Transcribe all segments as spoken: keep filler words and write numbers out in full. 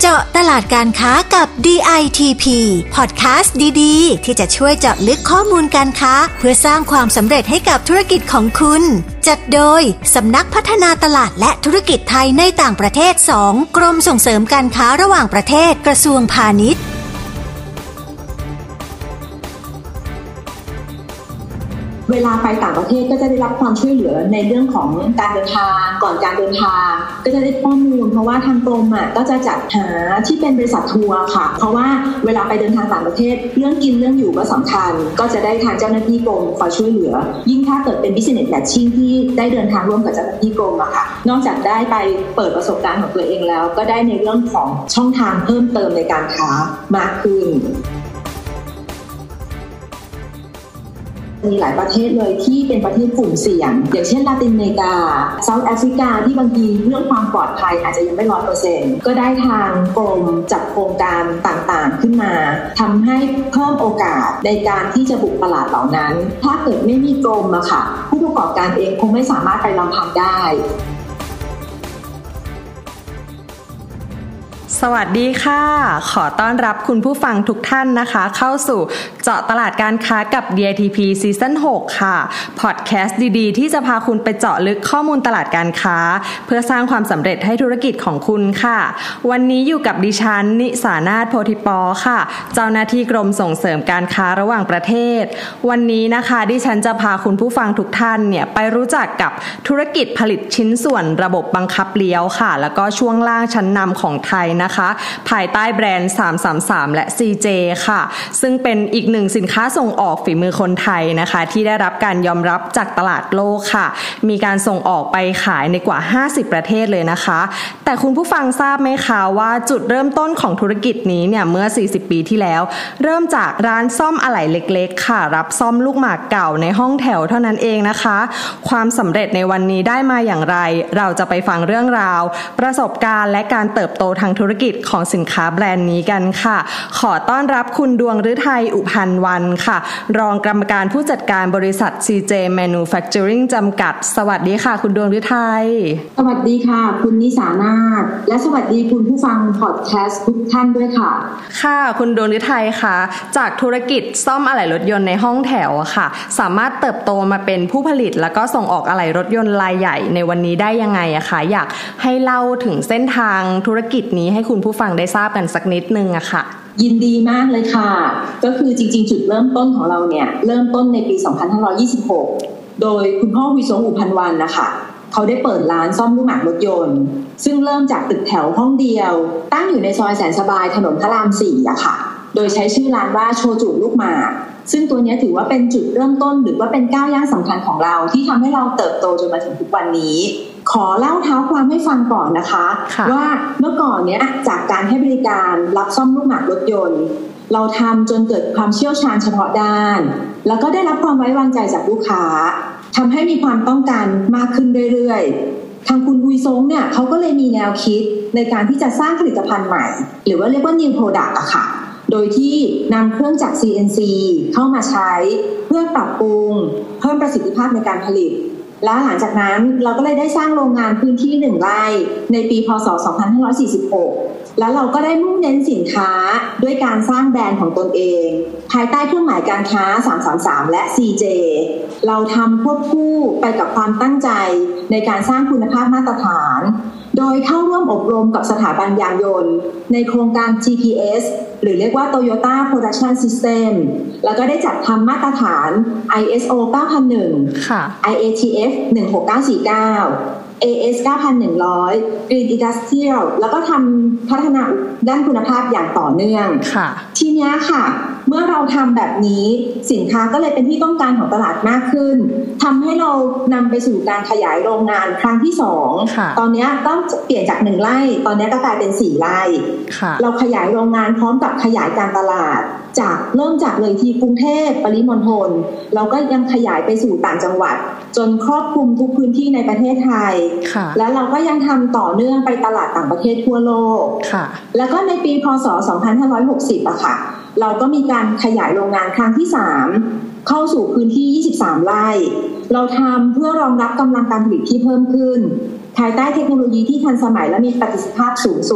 จาะตลาดการค้ากับ ดี ไอ ที พี พอดแคสต์ดีๆที่จะช่วยเจาะลึกข้อมูลการค้าเพื่อสร้างความสำเร็จให้กับธุรกิจของคุณจัดโดยสำนักพัฒนาตลาดและธุรกิจไทยในต่างประเทศสองกรมส่งเสริมการค้าระหว่างประเทศกระทรวงพาณิชย์เวลาไปต่างประเทศก็จะได้รับความช่วยเหลือในเรื่องของการเดินทางก่อนการเดินทางก็จะได้ข้อมูลเพราะว่าทางกรมอ่ะก็จะจัดหาที่เป็นบริษัททัวร์ค่ะเพราะว่าเวลาไปเดินทางต่างประเทศเรื่องกินเรื่องอยู่ก็สำคัญก็จะได้ทางเจ้าหน้าที่กรมคอยช่วยเหลือยิ่งถ้าเกิดเป็น business matching ที่ได้เดินทางร่วมกับเจ้าหน้าที่กรมอะค่ะนอกจากได้ไปเปิดประสบการณ์ของตัวเองแล้วก็ได้ในเรื่องของช่องทางเพิ่มเติมในการค้ามากขึ้นมีหลายประเทศเลยที่เป็นประเทศกลุ่มเสี่ยงอย่างเช่นลาตินอเมริกาเซาท์แอฟริกาที่บางทีเรื่องความปลอดภัยอาจจะยังไม่ ร้อยเปอร์เซ็นต์ ก็ได้ทางกรมจัดโครงการต่างๆขึ้นมาทำให้เพิ่มโอกาสในการที่จะบุกตลาดเหล่านั้นถ้าเกิดไม่มีกรมอะค่ะผู้ประกอบการเองคงไม่สามารถไปลำพังได้สวัสดีค่ะขอต้อนรับคุณผู้ฟังทุกท่านนะคะเข้าสู่เจาะตลาดการค้ากับ ดี ไอ ที พี ซีซั่นหกค่ะพอดแคสต์ดีๆที่จะพาคุณไปเจาะลึกข้อมูลตลาดการค้าเพื่อสร้างความสำเร็จให้ธุรกิจของคุณค่ะวันนี้อยู่กับดิฉันนิสานาถโพธิปอค่ะเจ้าหน้าที่กรมส่งเสริมการค้าระหว่างประเทศวันนี้นะคะดิฉันจะพาคุณผู้ฟังทุกท่านเนี่ยไปรู้จักกับธุรกิจผลิตชิ้นส่วนระบบบังคับเลี้ยวค่ะแล้วก็ช่วงล่างชั้นนำของไทยนะคะภายใต้แบรนด์สามสามสามและ ซี เจ ค่ะซึ่งเป็นอีกหนึ่งสินค้าส่งออกฝีมือคนไทยนะคะที่ได้รับการยอมรับจากตลาดโลกค่ะมีการส่งออกไปขายในกว่าห้าสิบประเทศเลยนะคะแต่คุณผู้ฟังทราบไหมคะว่าจุดเริ่มต้นของธุรกิจนี้เนี่ยเมื่อสี่สิบปีที่แล้วเริ่มจากร้านซ่อมอะไหล่เล็กๆค่ะรับซ่อมลูกหมากเก่าในห้องแถวเท่านั้นเองนะคะความสำเร็จในวันนี้ได้มาอย่างไรเราจะไปฟังเรื่องราวประสบการณ์และการเติบโตทางธุรกิจของสินค้าแบรนด์นี้กันค่ะขอต้อนรับคุณดวงฤทัยอุพันธ์วรรณค่ะรองกรรมการผู้จัดการบริษัท ซี เจ Manufacturing จำกัดสวัสดีค่ะคุณดวงฤทัยสวัสดีค่ะคุณนิสานาถและสวัสดีคุณผู้ฟังพอดแคสต์ทุกท่านด้วยค่ะค่ะคุณดวงฤทัยค่ะจากธุรกิจซ่อมอะไหล่รถยนต์ในห้องแถวค่ะสามารถเติบโตมาเป็นผู้ผลิตแล้วก็ส่งออกอะไหล่รถยนต์รายใหญ่ในวันนี้ได้ยังไงอะคะอยากให้เล่าถึงเส้นทางธุรกิจนี้ให้คุณผู้ฟังได้ทราบกันสักนิดนึงอะค่ะยินดีมากเลยค่ะก็คือจริงๆจุดเริ่มต้นของเราเนี่ยเริ่มต้นในปีสองพันห้าร้อยยี่สิบหกโดยคุณพ่อวิศวะอุพันธ์วรรณนะคะเขาได้เปิดร้านซ่อมลูกหมากรถยนต์ซึ่งเริ่มจากตึกแถวห้องเดียวตั้งอยู่ในซอยแสนสบายถนนพระรามสี่อะค่ะโดยใช้ชื่อร้านว่าโชจุลูกหมากซึ่งตัวนี้ถือว่าเป็นจุดเริ่มต้นหรือว่าเป็นก้าวย่างสำคัญของเราที่ทำให้เราเติบโตจนมาถึงทุกวันนี้ขอเล่าเท้าความให้ฟังก่อนนะคะว่าเมื่อก่อนเนี้ยจากการให้บริการรับซ่อมลูกหมากรถยนต์เราทำจนเกิดความเชี่ยวชาญเฉพาะด้านแล้วก็ได้รับความไว้วางใจจากลูกค้าทำให้มีความต้องการมากขึ้นเรื่อยๆทางคุณฮุยซงเนี่ยเขาก็เลยมีแนวคิดในการที่จะสร้างผลิตภัณฑ์ใหม่หรือว่าเรียกว่า New Product อะค่ะโดยที่นำเครื่องจักร ซี เอ็น ซี เข้ามาใช้เพื่อปรับปรุงเพิ่มประสิทธิภาพในการผลิตและหลังจากนั้นเราก็เลยได้สร้างโรงงานพื้นที่หนึ่งไร่ในปีพ.ศ. สองพันห้าร้อยสี่สิบหกแล้วเราก็ได้มุ่งเน้นสินค้าด้วยการสร้างแบรนด์ของตนเองภายใต้เครื่องหมายการค้าสามสามสามและ ซี เจ เราทำควบคู่ไปกับความตั้งใจในการสร้างคุณภาพมาตรฐานโดยเข้าร่วมอบรมกับสถาบันยานยนต์ในโครงการ ที พี เอส หรือเรียกว่า Toyota Production System แล้วก็ได้จัดทำมาตรฐาน ไอ เอส โอ เก้าพันหนึ่งค่ะไอ เอ ที เอฟ หนึ่งหกเก้าสี่เก้า เอ เอส เก้าพันหนึ่งร้อย Green Industrial แล้วก็ทำพัฒนาด้านคุณภาพอย่างต่อเนื่องค่ะทีนี้ค่ะเมื่อเราทำแบบนี้สินค้าก็เลยเป็นที่ต้องการของตลาดมากขึ้นทำให้เรานำไปสู่การขยายโรงงานครั้งที่สองตอนนี้ต้องเปลี่ยนจากหนึ่งไร่ตอนนี้ก็กลายเป็นสี่ไร่เราขยายโรงงานพร้อมกับขยายการตลาดจากเริ่มจากเลยที่กรุงเทพปริมณฑลเราก็ยังขยายไปสู่ต่างจังหวัดจนครอบคลุมทุกพื้นที่ในประเทศไทยแล้วเราก็ยังทำต่อเนื่องไปตลาดต่างประเทศทั่วโลกแล้วก็ในปีพ.ศ. สองพันห้าร้อยหกสิบอะค่ะเราก็มีการขยายโรงงานครั้งที่สามเข้าสู่พื้นที่ยี่สิบสามไร่เราทำเพื่อรองรับกำลังการผลิตที่เพิ่มขึ้นภายใต้เทคโนโลยีที่ทันสมัยและมีประสิทธิภาพสูงสุด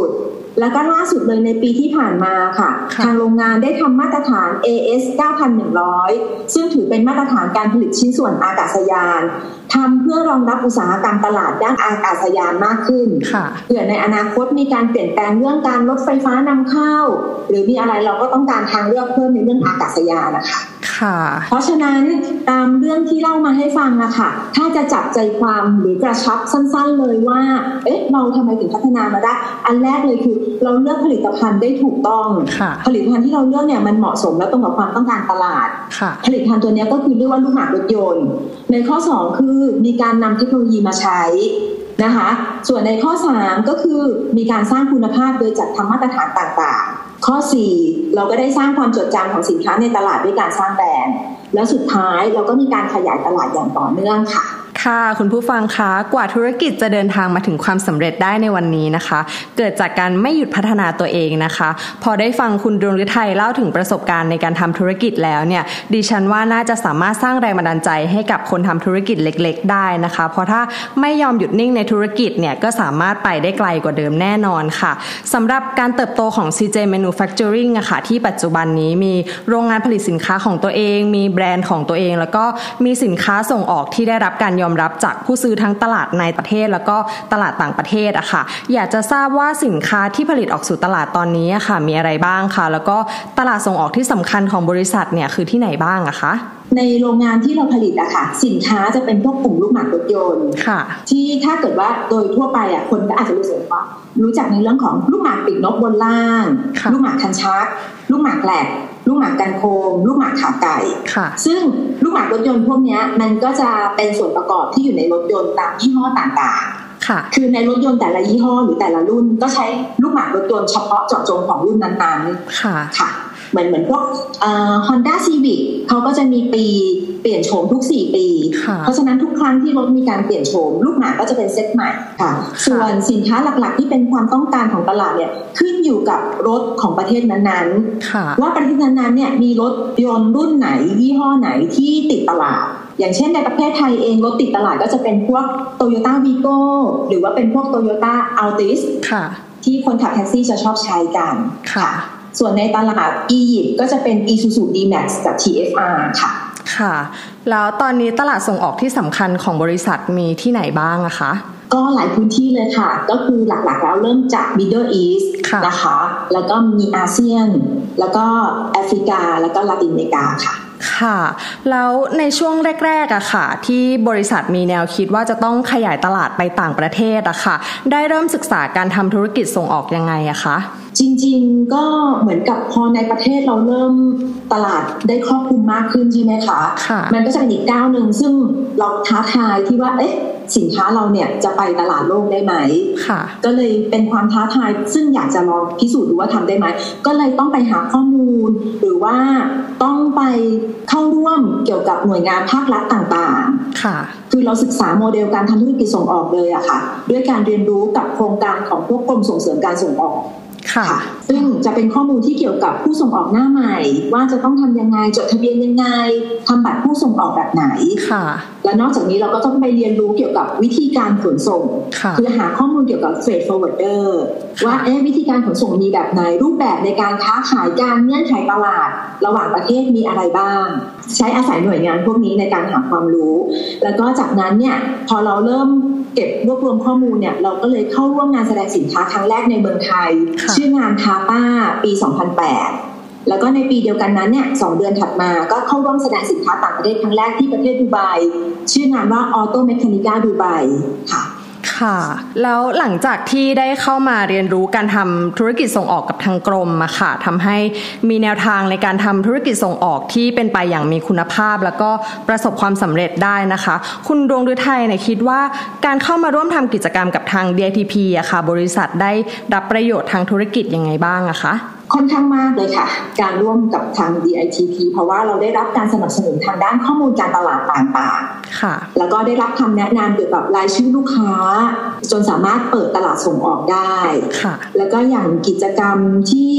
แล้วก็ล่าสุดเลยในปีที่ผ่านมาค่ะทางโรงงานได้ทำมาตรฐาน เอ เอส เก้าพันหนึ่งร้อย ซึ่งถือเป็นมาตรฐานการผลิตชิ้นส่วนอากาศยานทำเพื่อรองรับอุตสาหกรรมตลาดด้านอากาศยานมากขึ้นเผื่อในอนาคตมีการเปลี่ยนแปลงเรื่องการรถไฟฟ้านำเข้าหรือมีอะไรเราก็ต้องการทางเลือกเพิ่มในเรื่องอากาศยานนะคะเพราะฉะนั้นตามเรื่องที่เล่ามาให้ฟังนะคะถ้าจะจับใจความหรือกระชับสั้นๆเลยว่าเอ๊ะเราทำไมถึงพัฒนามาได้อันแรกเลยคือเราเลือกผลิตภัณฑ์ได้ถูกต้องผลิตภัณฑ์ที่เราเลือกเนี่ยมันเหมาะสมและตรงกับความต้องการตลาดผลิตภัณฑ์ตัวนี้ก็คือเรียกว่าลูกหมากรถยนต์ในข้อสองคือมีการนำเทคโนโลยีมาใช้นะคะส่วนในข้อสามก็คือมีการสร้างคุณภาพโดยจัดทำมาตรฐานต่างๆข้อสี่เราก็ได้สร้างความจดจำของสินค้าในตลาดด้วยการสร้างแบรนด์แล้วสุดท้ายเราก็มีการขยายตลาดอย่างต่อเนื่องค่ะค่ะคุณผู้ฟังคะกว่าธุรกิจจะเดินทางมาถึงความสำเร็จได้ในวันนี้นะคะเกิดจากการไม่หยุดพัฒนาตัวเองนะคะพอได้ฟังคุณดวงฤทัยเล่าถึงประสบการณ์ในการทำธุรกิจแล้วเนี่ยดิฉันว่าน่าจะสามารถสร้างแรงบันดาลใจให้กับคนทำธุรกิจเล็กๆได้นะคะเพราะถ้าไม่ยอมหยุดนิ่งในธุรกิจเนี่ยก็สามารถไปได้ไกลกว่าเดิมแน่นอนค่ะสำหรับการเติบโตของ ซี เจ Manufacturing อะค่ะที่ปัจจุบันนี้มีโรงงานผลิตสินค้าของตัวเองมีแบรนด์ของตัวเองแล้วก็มีสินค้าส่งออกที่ได้รับการยอมรับจากผู้ซื้อทั้งตลาดในประเทศแล้วก็ตลาดต่างประเทศอะค่ะอยากจะทราบว่าสินค้าที่ผลิตออกสู่ตลาดตอนนี้อะค่ะมีอะไรบ้างคะแล้วก็ตลาดส่งออกที่สำคัญของบริษัทเนี่ยคือที่ไหนบ้างอะคะในโรงงานที่เราผลิตอะค่ะสินค้าจะเป็นพวกกลุ่มลูกหมากรถยนต์ที่ถ้าเกิดว่าโดยทั่วไปอะคนก็อาจจะรู้สึกว่ารู้จักในเรื่องของลูกหมากปีกนกบนล่างลูกหมากคันชักลูกหมากแหลกลูกหมากกันโคมลูกหมากขาไก่ซึ่งลูกหมากรถยนต์พวกนี้มันก็จะเป็นส่วนประกอบที่อยู่ในรถยนต์ตามยี่ห้อต่างๆคือในรถยนต์แต่ละยี่ห้อหรือแต่ละรุ่นก็ใช้ลูกหมากรถยนต์เฉพาะเจาะจงของรุ่นนั้นๆค่ะเหมือนเหมือนพวกเอ่อ Honda Civic เขาก็จะมีปีเปลี่ยนโฉมทุกสี่ปีเพราะฉะนั้นทุกครั้งที่รถมีการเปลี่ยนโฉมลูกหมากก็จะเป็นเซตใหม่ค่ะส่วนสินค้าหลักๆที่เป็นความต้องการของตลาดเนี่ยขึ้นอยู่กับรถของประเทศนั้นๆว่าประเทศนั้นๆเนี่ยมีรถยนต์รุ่นไหนยี่ห้อไหนที่ติดตลาดอย่างเช่นในประเทศไทยเองรถติดตลาดก็จะเป็นพวก Toyota Vigo หรือว่าเป็นพวก Toyota Altis ที่คนขับแท็กซี่จะชอบใช้กันค่ะส่วนในตลาดอียิปต์ก็จะเป็น Isuzu D-Max กับ ที เอฟ อาร์ ค่ะค่ะแล้วตอนนี้ตลาดส่งออกที่สำคัญของบริษัทมีที่ไหนบ้างอะคะก็หลายพื้นที่เลยค่ะก็คือหลักๆแล้วเริ่มจาก Middle East นะคะแล้วก็มีอาเซียนแล้วก็แอฟริกาแล้วก็ลาตินอเมริกาค่ะค่ะแล้วในช่วงแรกๆอะค่ะที่บริษัทมีแนวคิดว่าจะต้องขยายตลาดไปต่างประเทศอะค่ะได้เริ่มศึกษาการทำธุรกิจส่งออกยังไงอะคะจริงๆก็เหมือนกับพอในประเทศเราเริ่มตลาดได้ครอบคลุมมากขึ้นใช่ไหมคะมันก็จะเป็นอีกก้าวหนึ่งซึ่งเราท้าทายที่ว่าเอ๊ะสินค้าเราเนี่ยจะไปตลาดโลกได้ไหมก็เลยเป็นความท้าทายซึ่งอยากจะลองพิสูจน์ดูว่าทำได้ไหมก็เลยต้องไปหาข้อมูลหรือว่าต้องไปเข้าร่วมเกี่ยวกับหน่วยงานภาครัฐต่างๆค่ะคือเราศึกษาโมเดลการทำธุรกิจส่งออกเลยอะค่ะด้วยการเรียนรู้กับโครงการของพวกกรมส่งเสริมการส่งออกค่ะซึ่งจะเป็นข้อมูลที่เกี่ยวกับผู้ส่งออกหน้าใหม่ว่าจะต้องทำยังไงจดทะเบียนยังไงทำบัตรผู้ส่งออกแบบไหนค่ะและนอกจากนี้เราก็ต้องไปเรียนรู้เกี่ยวกับวิธีการขนส่งคือหาข้อมูลเกี่ยวกับ freight forwarder ว่าเอ๊ะวิธีการขนส่งมีแบบไหนรูปแบบในการค้าขายการเงื่อนไขตลาดระหว่างประเทศมีอะไรบ้างใช้อาศัยหน่วยงานพวกนี้ในการหาความรู้แล้วก็จากนั้นเนี่ยพอเราเริ่มเก็บรวบรวมข้อมูลเนี่ยเราก็เลยเข้าร่วมงานแสดงสินค้าครั้งแรกในเมืองไทยชื่องานทาป้าปีสองพันแปดแล้วก็ในปีเดียวกันนั้นเนี่ยสองเดือนถัดมาก็เข้าร่วมแสดงสินค้าต่างประเทศครั้งแรกที่ประเทศดูไบชื่องานว่า Auto Mechanica Dubai ค่ะค่ะแล้วหลังจากที่ได้เข้ามาเรียนรู้การทำธุรกิจส่งออกกับทางกรมอะค่ะทำให้มีแนวทางในการทำธุรกิจส่งออกที่เป็นไปอย่างมีคุณภาพแล้วก็ประสบความสำเร็จได้นะคะคุณดวงฤทัยเนี่ยคิดว่าการเข้ามาร่วมทำกิจกรรมกับทาง ดี ไอ ที พี อะค่ะบริษัทได้รับประโยชน์ทางธุรกิจยังไงบ้างอะคะค่อนข้างมากเลยค่ะการร่วมกับทาง ดี ไอ ที พี เพราะว่าเราได้รับการสนับสนุนทางด้านข้อมูลการตลาดต่างๆค่ะแล้วก็ได้รับคำแนะนำเกี่ยวกับรายชื่อลูกค้าจนสามารถเปิดตลาดส่งออกได้ค่ะแล้วก็อย่างกิจกรรมที่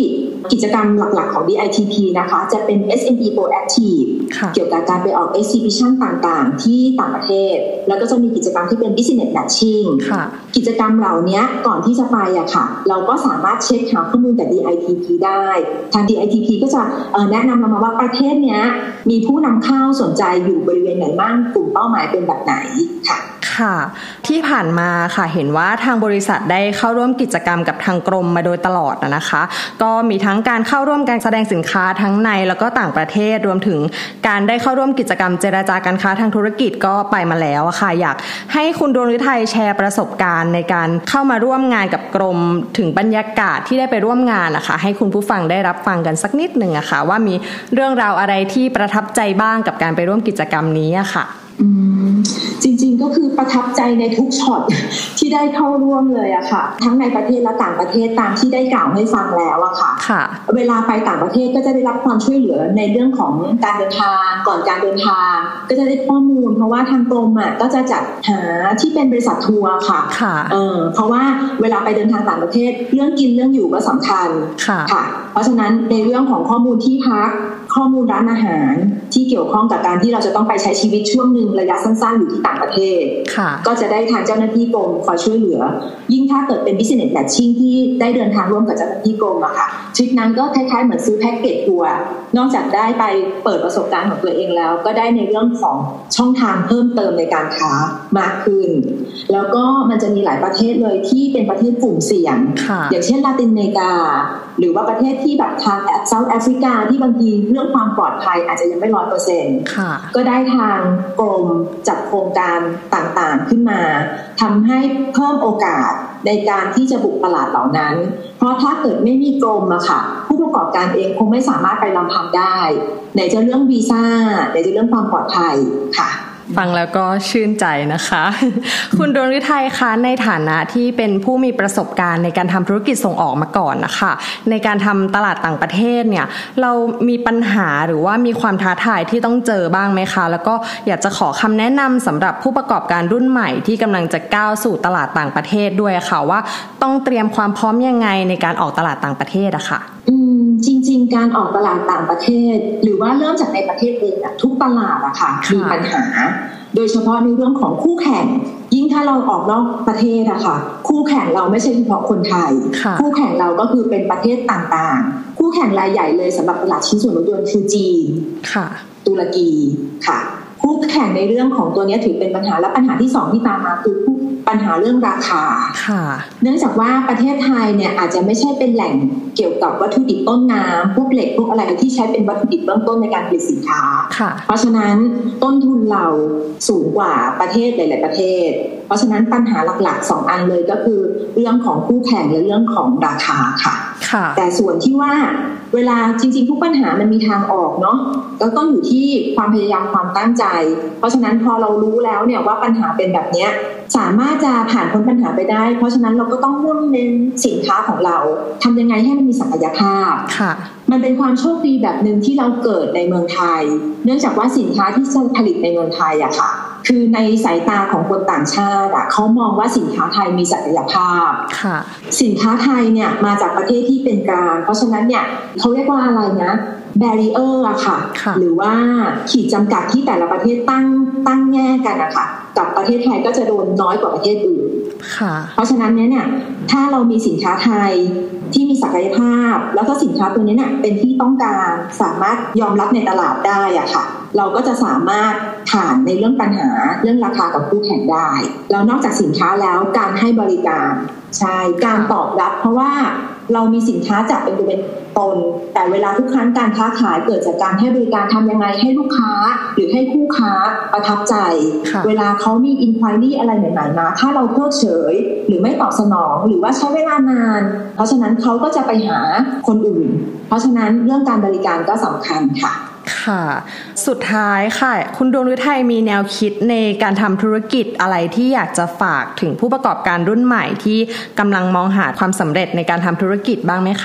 กิจกรรมหลักๆของ ดี ไอ ที พี นะคะจะเป็น เอส เอ็ม อี Proactive เกี่ยวกับการไปออก Exhibition ต่างๆที่ต่างประเทศแล้วก็จะมีกิจกรรมที่เป็น Business Matching กิจกรรมเหล่านี้ก่อนที่จะไปอะค่ะเราก็สามารถเช็คหาข้อมูลจาก ดี ไอ ที พี ได้ทาง ดี ไอ ที พี ก็จะแนะนำเรามาว่าประเทศเนี้ยมีผู้นำเข้าสนใจอยู่บริเวณไหนบ้างกลุ่มเป้าหมายเป็นแบบไหนค่ะค่ะที่ผ่านมาค่ะเห็นว่าทางบริษัทได้เข้าร่วมกิจกรรมกับทางกรมมาโดยตลอดนะคะก็มีทั้งการเข้าร่วมการแสดงสินค้าทั้งในแล้วก็ต่างประเทศรวมถึงการได้เข้าร่วมกิจกรรมเจรจาการค้าทางธุรกิจก็ไปมาแล้วค่ะอยากให้คุณดวงฤทัยแชร์ประสบการณ์ในการเข้ามาร่วมงานกับกรมถึงบรรยากาศที่ได้ไปร่วมงานนะคะให้คุณผู้ฟังได้รับฟังกันสักนิดนึงอะค่ะว่ามีเรื่องราวอะไรที่ประทับใจบ้างกับการไปร่วมกิจกรรมนี้อะค่ะอืมจริงๆก็คือประทับใจในทุกช็อตที่ได้เข้าร่วมเลยอะค่ะทั้งในประเทศและต่างประเทศตามที่ได้กล่าวให้ฟังแล้วอะค่ะค่ะเวลาไปต่างประเทศก็จะได้รับความช่วยเหลือในเรื่องของการเดินทางก่อนการเดินทางก็จะได้ข้อมูลเพราะว่าทางกรมอะก็จะจัดหาที่เป็นบริษัททัวร์ค่ะค่ะเออเพราะว่าเวลาไปเดินทางต่างประเทศเรื่องกินเรื่องอยู่ก็สำคัญค่ะค่ะเพราะฉะนั้นในเรื่องของข้อมูลที่พักข้อมูลร้านอาหารที่เกี่ยวข้องกับการที่เราจะต้องไปใช้ชีวิตช่วงนึงระยะสั้นๆอยู่ที่ต่างประเทศก็จะได้ทางเจ้าหน้าที่กรมคอยช่วยเหลือยิ่งถ้าเกิดเป็น business matching ที่ได้เดินทางร่วมกับเจ้าหน้าที่กรมอะค่ะทริปนั้นก็คล้ายๆเหมือนซื้อแพ็กเกจทัวร์นอกจากได้ไปเปิดประสบการณ์ของตัวเองแล้วก็ได้ในเรื่องของช่องทางเพิ่มเติมในการค้ามากขึ้นแล้วก็มันจะมีหลายประเทศเลยที่เป็นประเทศกลุ่มเสี่ยงอย่างเช่นลาตินอเมริกาหรือว่าประเทศที่แบบทางเซาท์แอฟริกาที่บางทีเรื่องความปลอดภัยอาจจะยังไม่ร้อยเปอร์เซ็นต์ก็ได้ทางกรมจัดโครงการต่างๆขึ้นมาทำให้เพิ่มโอกาสในการที่จะบุกตลาดเหล่านั้นเพราะถ้าเกิดไม่มีกรมอะค่ะผู้ประกอบการเองคงไม่สามารถไปลำพังได้ไหนจะเรื่องวีซ่าไหนจะเรื่องความปลอดภัยค่ะฟังแล้วก็ชื่นใจนะคะ คุณดวงฤทัยคะในฐานะที่เป็นผู้มีประสบการณ์ในการทำธุรกิจส่งออกมาก่อนนะคะในการทำตลาดต่างประเทศเนี่ยเรามีปัญหาหรือว่ามีความท้าทายที่ต้องเจอบ้างไหมคะแล้วก็อยากจะขอคำแนะนำสำหรับผู้ประกอบการรุ่นใหม่ที่กำลังจะก้าวสู่ตลาดต่างประเทศด้วยค่ะว่าต้องเตรียมความพร้อมยังไงในการออกตลาดต่างประเทศอะค่ะอืมจริงๆการออกตลาดต่างประเทศหรือว่าเริ่มจากในประเทศเองอะทุกตลาดอะค่ะมีปัญหาโดยเฉพาะในเรื่องของคู่แข่งยิ่งถ้าเราออกนอกประเทศอะค่ะคู่แข่งเราไม่ใช่เฉพาะคนไทยคู่แข่งเราก็คือเป็นประเทศต่างๆคู่แข่งรายใหญ่เลยสำหรับตลาดชิ้นส่วนรถยนต์คือจีนตุรกีค่ะคู่แข่งในเรื่องของตัวนี้ถือเป็นปัญหาและปัญหาที่สองที่ตามมาคือปัญหาเรื่องราคาเนื่องจากว่าประเทศไทยเนี่ยอาจจะไม่ใช่เป็นแหล่งเกี่ยวกับวัตถุดิบต้นน้ำพวกเหล็กพวกอะไรที่ใช้เป็นวัตถุดิบเบื้องต้นในการผลิตสินค้าเพราะฉะนั้นต้นทุนเราสูงกว่าประเทศหลายๆประเทศเพราะฉะนั้นปัญหาหลักๆสองอันเลยก็คือเรื่องของคู่แข่งและเรื่องของราคาค่ะแต่ส่วนที่ว่าเวลาจริงๆทุกปัญหามันมีทางออกเนาะก็ต้องอยู่ที่ความพยายามความตั้งใจเพราะฉะนั้นพอเรารู้แล้วเนี่ยว่าปัญหาเป็นแบบนี้สามารถจะผ่านพ้นปัญหาไปได้เพราะฉะนั้นเราก็ต้องมุ่งเน้นสินค้าของเราทำยังไงให้มันมีศักยภาพมันเป็นความโชคดีแบบนึงที่เราเกิดในเมืองไทยเนื่องจากว่าสินค้าที่ผลิตในเมืองไทยอะค่ะคือในสายตาของคนต่างชาติอะเขามองว่าสินค้าไทยมีศักยภาพสินค้าไทยเนี่ยมาจากประเทศที่เป็นกลางเพราะฉะนั้นเนี่ยเขาเรียกว่าอะไรนะแบรีเออร์อะค่ะหรือว่าขีดจำกัดที่แต่ละประเทศตั้งตั้งแง่กันอะค่ะกับประเทศไทยก็จะโดนน้อยกว่าประเทศอื่นเพราะฉะนั้นเนี่ยถ้าเรามีสินค้าไทยที่มีศักยภาพแล้วก็สินค้าตัวนี้เนี่ยเป็นที่ต้องการสามารถยอมรับในตลาดได้อะค่ะเราก็จะสามารถผ่านในเรื่องปัญหาเรื่องราคากับคู่แข่งได้แล้วนอกจากสินค้าแล้วการให้บริการใช่การตอบรับเพราะว่าเรามีสินค้าจัดเป็นตัวเป็นตนแต่เวลาทุกครั้งการค้าขายเกิดจากการให้บริการทำยังไงให้ลูกค้าหรือให้คู่ค้าประทับใจเวลาเขามีอินควายรี่อะไรใหม่ๆมาถ้าเราเพิกเฉยหรือไม่ตอบสนองหรือว่าใช้เวลานานเพราะฉะนั้นเขาก็จะไปหาคนอื่นเพราะฉะนั้นเรื่องการบริการก็สำคัญค่ะค่ะสุดท้ายค่ะคุณดวงฤทัยมีแนวคิดในการทำธุรกิจอะไรที่อยากจะฝากถึงผู้ประกอบการรุ่นใหม่ที่กำลังมองหาความสำเร็จในการทำธุรกิจบ้างไหมคะ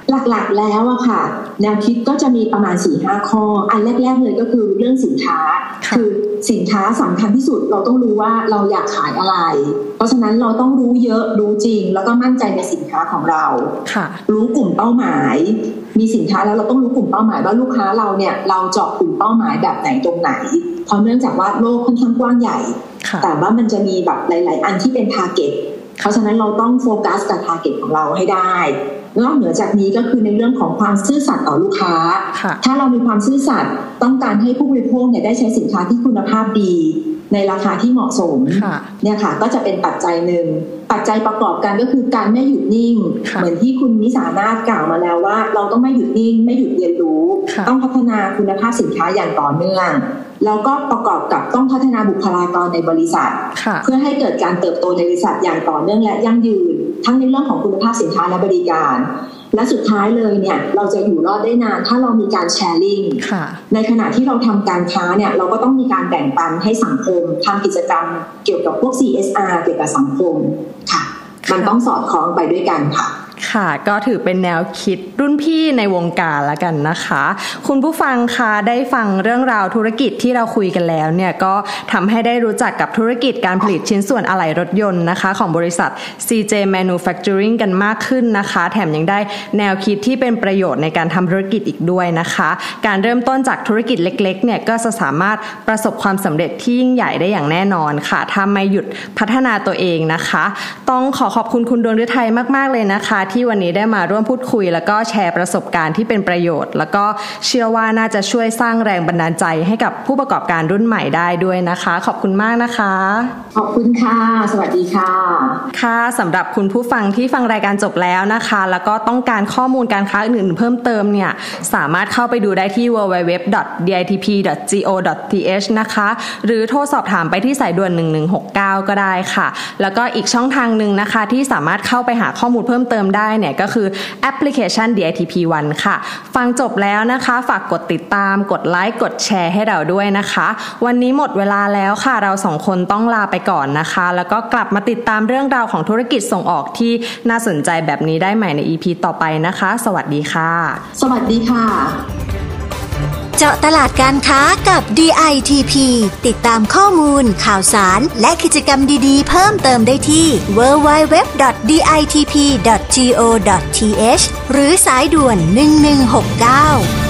หลักๆแล้วอะค่ะแนวคิดก็จะมีประมาณ สี่ห้า ข้ออันแรกๆเลยก็คือเรื่องสินค้าคือสินค้าสำคัญที่สุดเราต้องรู้ว่าเราอยากขายอะไรเพราะฉะนั้นเราต้องรู้เยอะรู้จริงแล้วก็มั่นใจในสินค้าของเรารู้กลุ่มเป้าหมายมีสินค้าแล้วเราต้องรู้กลุ่มเป้าหมายว่าลูกค้าเราเนี่ยเราเจาะกลุ่มเป้าหมายแบบไหนตรงไหนเพราะเนื่องจากว่าโลกค่อนข้างกว้างใหญ่แต่ว่ามันจะมีแบบหลายๆอันที่เป็นทาร์เก็ตเพราะฉะนั้นเราต้องโฟกัสกับทาร์เก็ตของเราให้ได้นอกเหนือจากนี้ก็คือในเรื่องของความซื่อสัตย์ต่อลูกค้าถ้าเรามีความซื่อสัตย์ต้องการให้ผู้บริโภคเนี่ยได้ใช้สินค้าที่คุณภาพดีในราคาที่เหมาะสมเนี่ยค่ะก็จะเป็นปัจจัยหนึ่งปัจจัยประกอบกันก็คือการไม่หยุดนิ่งเหมือนที่คุณนิสานาถกล่าวมาแล้วว่าเราต้องไม่หยุดนิ่งไม่หยุดเรียนรู้ต้องพัฒนาคุณภาพสินค้าอย่างต่อเนื่องแล้วก็ประกอบกับต้องพัฒนาบุคลากรในบริษัทเพื่อให้เกิดการเติบโตในบริษัทอย่างต่อเนื่องและยั่งยืนทั้งในเรื่องของคุณภาพสินค้าและบริการและสุดท้ายเลยเนี่ยเราจะอยู่รอดได้นานถ้าเรามีการแชร์ลิงในขณะที่เราทำการค้าเนี่ยเราก็ต้องมีการแบ่งปันให้สังคมทำกิจกรรมเกี่ยวกับพวก ซี เอส อาร์ เกี่ยวกับสังคมค่ะมันต้องสอดคล้องไปด้วยกันค่ะค่ะก็ถือเป็นแนวคิดรุ่นพี่ในวงการละกันนะคะคุณผู้ฟังคะได้ฟังเรื่องราวธุรกิจที่เราคุยกันแล้วเนี่ยก็ทำให้ได้รู้จักกับธุรกิจการผลิตชิ้นส่วนอะไหล่รถยนต์นะคะของบริษัท ซี เจ Manufacturing กันมากขึ้นนะคะแถมยังได้แนวคิดที่เป็นประโยชน์ในการทำธุรกิจอีกด้วยนะคะการเริ่มต้นจากธุรกิจเล็กๆเนี่ยก็จะสามารถประสบความสำเร็จที่ยิ่งใหญ่ได้อย่างแน่นอนค่ะถ้าไม่หยุดพัฒนาตัวเองนะคะต้องขอขอบคุณคุณดวงฤทัยมากๆเลยนะคะที่วันนี้ได้มาร่วมพูดคุยแล้วก็แชร์ประสบการณ์ที่เป็นประโยชน์แล้วก็เชื่อว่าน่าจะช่วยสร้างแรงบันดาลใจให้กับผู้ประกอบการรุ่นใหม่ได้ด้วยนะคะขอบคุณมากนะคะขอบคุณค่ะสวัสดีค่ะค่ะสำหรับคุณผู้ฟังที่ฟังรายการจบแล้วนะคะแล้วก็ต้องการข้อมูลการค้าอื่นๆเพิ่มเติมเนี่ยสามารถเข้าไปดูได้ที่ ดับเบิลยู ดับเบิลยู ดับเบิลยู ดอท ดี ไอ ที พี ดอท จี โอ ดอท ที เอช นะคะหรือโทรสอบถามไปที่สายด่วนหนึ่งหนึ่งหกเก้าก็ได้ค่ะแล้วก็อีกช่องทางนึงนะคะที่สามารถเข้าไปหาข้อมูลเพิ่มเติมได้เนี่ยก็คือแอปพลิเคชัน ดี ไอ ที พี วัน ค่ะฟังจบแล้วนะคะฝากกดติดตามกดไลค์กดแชร์ให้เราด้วยนะคะวันนี้หมดเวลาแล้วค่ะเราสองคนต้องลาไปก่อนนะคะแล้วก็กลับมาติดตามเรื่องราวของธุรกิจส่งออกที่น่าสนใจแบบนี้ได้ใหม่ใน อี พี ต่อไปนะคะสวัสดีค่ะสวัสดีค่ะเจาะตลาดการค้ากับ ดี ไอ ที พี ติดตามข้อมูลข่าวสารและกิจกรรมดีๆเพิ่มเติมได้ที่ ดับเบิลยู ดับเบิลยู ดับเบิลยู ดอท ดี ไอ ที พี ดอท จี โอ ดอท ที เอช หรือสายด่วนหนึ่งหนึ่งหกเก้า